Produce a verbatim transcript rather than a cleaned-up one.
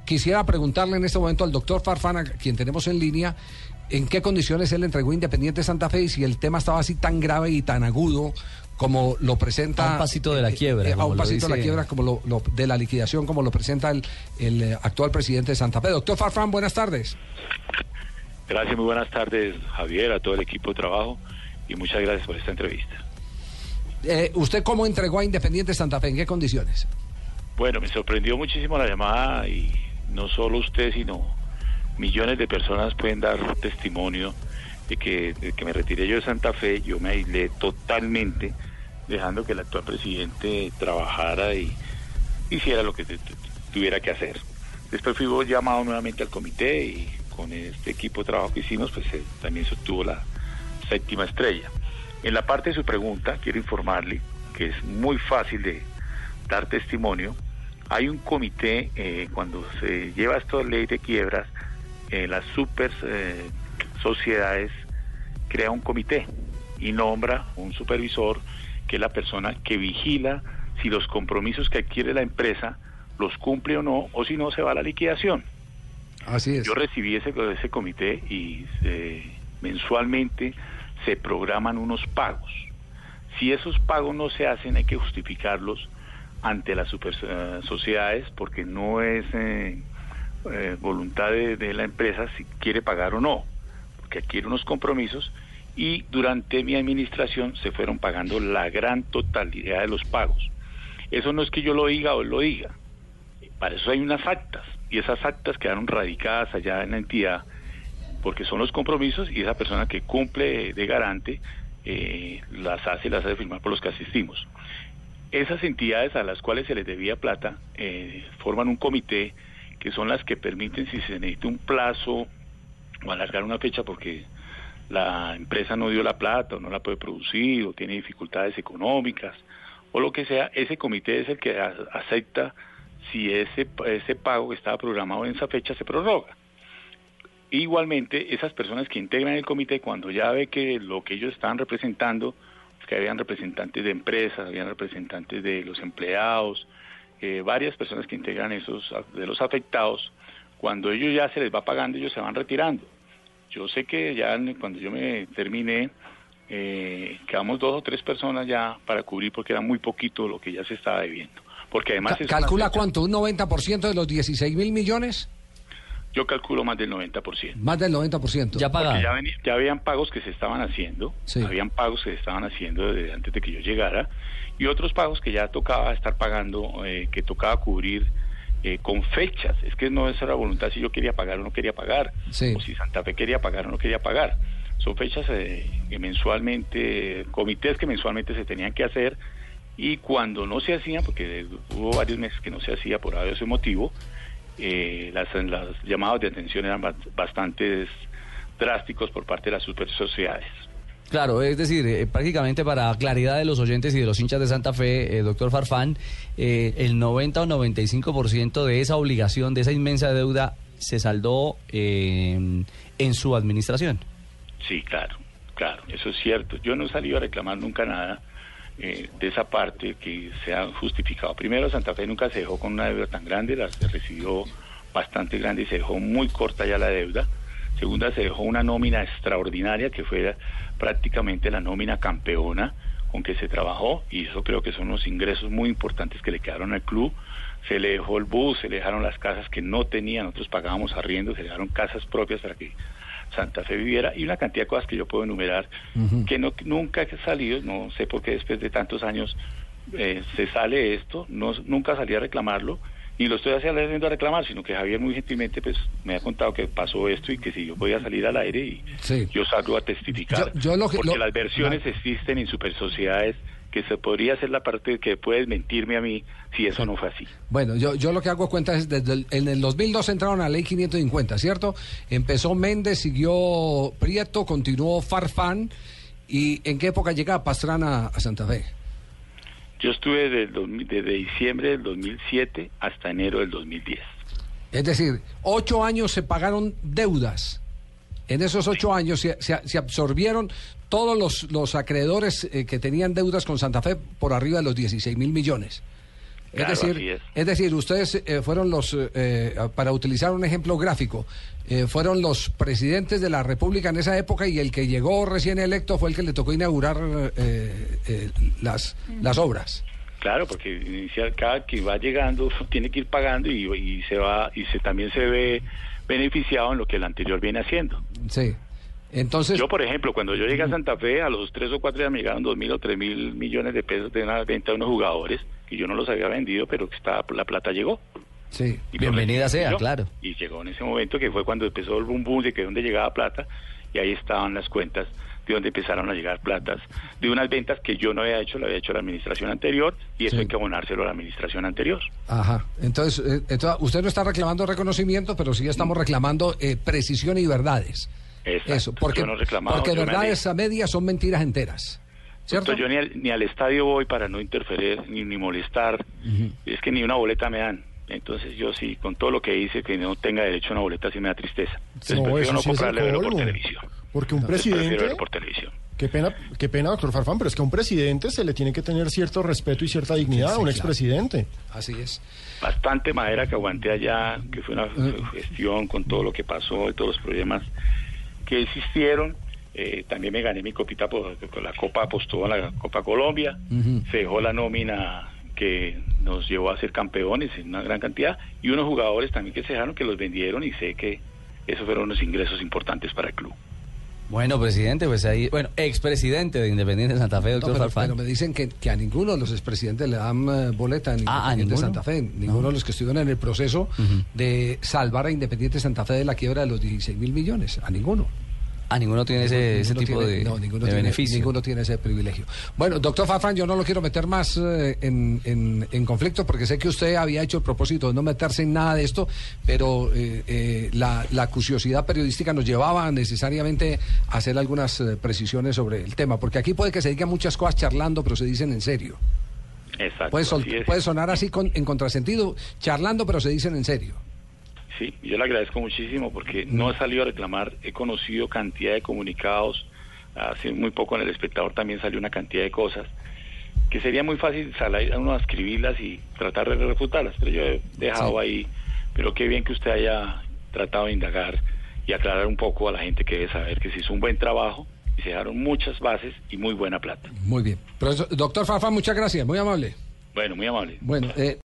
quisiera preguntarle en este momento al doctor Farfán, a quien tenemos en línea, en qué condiciones él entregó Independiente Santa Fe y si el tema estaba así tan grave y tan agudo como lo presenta... A un pasito de la quiebra. Eh, eh, a un pasito dice... de la quiebra, como lo, lo, de la liquidación, como lo presenta el, el actual presidente de Santa Fe. Doctor Farfán, buenas tardes. Gracias, muy buenas tardes, Javier, a todo el equipo de trabajo y muchas gracias por esta entrevista. Eh, ¿Usted cómo entregó a Independiente Santa Fe? ¿En qué condiciones? Bueno, me sorprendió muchísimo la llamada y no solo usted, sino millones de personas pueden dar testimonio de que, de que me retiré yo de Santa Fe, yo me aislé totalmente, dejando que el actual presidente trabajara y hiciera lo que te, te, tuviera que hacer. Después fui llamado nuevamente al comité y con este equipo de trabajo que hicimos, pues eh, también se obtuvo la séptima estrella. En la parte de su pregunta, quiero informarle que es muy fácil de dar testimonio. Hay un comité, eh, cuando se lleva esta ley de quiebras, eh, las super eh, sociedades crea un comité y nombra un supervisor, que es la persona que vigila si los compromisos que adquiere la empresa los cumple o no, o si no se va a la liquidación. Así es. Yo recibí ese, ese comité y eh, mensualmente se programan unos pagos. Si esos pagos no se hacen, hay que justificarlos ante las super uh, sociedades, porque no es eh, eh, voluntad de, de la empresa si quiere pagar o no, porque adquiere unos compromisos y durante mi administración se fueron pagando la gran totalidad de los pagos. Eso no es que yo lo diga o él lo diga, para eso hay unas actas y esas actas quedaron radicadas allá en la entidad porque son los compromisos y esa persona que cumple de garante eh, las hace las hace firmar por los que asistimos. Esas entidades a las cuales se les debía plata eh, forman un comité que son las que permiten, si se necesita un plazo o alargar una fecha porque la empresa no dio la plata o no la puede producir o tiene dificultades económicas o lo que sea, ese comité es el que a, acepta si ese, ese pago que estaba programado en esa fecha se prorroga. Igualmente, esas personas que integran el comité, cuando ya ve que lo que ellos estaban representando, que habían representantes de empresas, habían representantes de los empleados, eh, varias personas que integran esos de los afectados, cuando ellos ya se les va pagando, ellos se van retirando. Yo sé que ya cuando yo me terminé, eh, quedamos dos o tres personas ya para cubrir porque era muy poquito lo que ya se estaba debiendo. Porque además Ca- ¿Calcula cuánto? ¿Un noventa por ciento de los dieciséis mil millones? Yo calculo más del noventa por ciento. Más del noventa por ciento. Ya pagaron. Ya, venía, ya habían pagos que se estaban haciendo, sí. habían pagos que se estaban haciendo desde antes de que yo llegara, y otros pagos que ya tocaba estar pagando, eh, que tocaba cubrir eh, con fechas. Es que no es la voluntad si yo quería pagar o no quería pagar, sí. o si Santa Fe quería pagar o no quería pagar. Son fechas eh, que mensualmente, comités que mensualmente se tenían que hacer, y cuando no se hacían, porque hubo varios meses que no se hacía por ese motivo, eh, las, las llamados de atención eran bastante drásticos por parte de las super sociedades. Claro, es decir, eh, prácticamente para claridad de los oyentes y de los hinchas de Santa Fe, eh, doctor Farfán, eh, el noventa o noventa y cinco por ciento de esa obligación, de esa inmensa deuda, se saldó eh, en su administración. Sí, claro, claro, eso es cierto. Yo no he salido a reclamar nunca nada eh, de esa parte que se ha justificado. Primero, Santa Fe nunca se dejó con una deuda tan grande, la se recibió bastante grande y se dejó muy corta ya la deuda. Segunda, se dejó una nómina extraordinaria que fue prácticamente la nómina campeona con que se trabajó, y eso creo que son unos ingresos muy importantes que le quedaron al club. Se le dejó el bus, se le dejaron las casas que no tenían, nosotros pagábamos arriendo, se le dejaron casas propias para que Santa Fe viviera, y una cantidad de cosas que yo puedo enumerar, uh-huh. que no nunca he salido, no sé por qué después de tantos años eh, se sale esto, no, nunca salí a reclamarlo, ni lo estoy haciendo a reclamar, sino que Javier muy gentilmente pues me ha contado que pasó esto y que si yo podía salir al aire y sí. yo salgo a testificar, yo, yo lo que, porque lo, las versiones la... existen en super sociedades que se podría hacer la parte que puedes mentirme a mí si eso no fue así. Bueno, yo yo lo que hago cuenta es desde el, en el dos mil dos entraron a la ley quinientos cincuenta, ¿cierto? Empezó Méndez, siguió Prieto, continuó Farfán, ¿y en qué época llega Pastrana a Santa Fe? Yo estuve desde, desde diciembre del dos mil siete hasta enero del dos mil diez. Es decir, ocho años se pagaron deudas. En esos ocho años se, se, se absorbieron todos los, los acreedores eh, que tenían deudas con Santa Fe por arriba de los dieciséis mil millones. Claro, es decir, así es. es decir, ustedes eh, fueron los, eh, para utilizar un ejemplo gráfico, eh, fueron los presidentes de la República en esa época y el que llegó recién electo fue el que le tocó inaugurar eh, eh, las, las obras. Claro, porque inicial, cada que va llegando tiene que ir pagando y, y se va y se también se ve beneficiado en lo que el anterior viene haciendo. Sí. Entonces, yo, por ejemplo, cuando yo llegué a Santa Fe, a los tres o cuatro días me llegaron dos mil o tres mil millones de pesos de una venta de unos jugadores que yo no los había vendido, pero que estaba, la plata llegó. Sí. Y bienvenida sea, yo, claro. Y llegó en ese momento que fue cuando empezó el boom boom de que dónde llegaba plata, y ahí estaban las cuentas de donde empezaron a llegar platas, de unas ventas que yo no había hecho, la había hecho la administración anterior, y eso sí. hay que abonárselo a la administración anterior. Ajá, entonces, eh, entonces usted no está reclamando reconocimiento, pero sí estamos reclamando eh, precisión y verdades. Exacto. Eso, porque, no porque verdades a medias son mentiras enteras. ¿Cierto? Yo ni al, ni al estadio voy para no interferir ni, ni molestar. Uh-huh. Es que ni una boleta me dan. Entonces yo sí, con todo lo que hice, que no tenga derecho a una boleta, sí me da tristeza. Entonces no, prefiero no sí comprarle verlo por televisión. Porque un presidente... verlo por televisión. Qué pena, qué pena, doctor Farfán, pero es que a un presidente se le tiene que tener cierto respeto y cierta dignidad, sí, sí, a un claro. expresidente. Así es. Bastante madera que aguanté allá, que fue una uh-huh. gestión con todo lo que pasó y todos los problemas que existieron. Eh, también me gané mi copita por, por la Copa apostó a la Copa Colombia. Uh-huh. Se dejó la nómina que nos llevó a ser campeones en una gran cantidad, y unos jugadores también que se dejaron, que los vendieron, y sé que esos fueron unos ingresos importantes para el club. Bueno, presidente, pues ahí, bueno, expresidente de Independiente de Santa Fe, doctor no, pero, Farfán. Pero me dicen que, que a ninguno de los expresidentes le dan uh, boleta en ah, Independiente de Santa Fe. Ninguno no. de los que estuvieron en el proceso uh-huh. de salvar a Independiente de Santa Fe de la quiebra de los dieciséis mil millones. A ninguno. Ah, ninguno tiene ese, ninguno ese tipo tiene, de, no, ninguno de tiene, beneficio. Ninguno tiene ese privilegio. Bueno, doctor Farfán, yo no lo quiero meter más eh, en, en, en conflicto, porque sé que usted había hecho el propósito de no meterse en nada de esto, pero eh, eh, la, la curiosidad periodística nos llevaba necesariamente a hacer algunas eh, precisiones sobre el tema, porque aquí puede que se digan muchas cosas charlando, pero se dicen en serio. Exacto. Puede, sol, puede sonar así con, en contrasentido, charlando, pero se dicen en serio. Sí, yo le agradezco muchísimo porque no he salido a reclamar, he conocido cantidad de comunicados, hace muy poco en El Espectador también salió una cantidad de cosas, que sería muy fácil salir a uno a escribirlas y tratar de refutarlas, pero yo he dejado sí. ahí, pero qué bien que usted haya tratado de indagar y aclarar un poco a la gente que debe saber que se hizo un buen trabajo y se dejaron muchas bases y muy buena plata. Muy bien. Pero, doctor Farfán, muchas gracias, muy amable. Bueno, muy amable. Bueno, eh...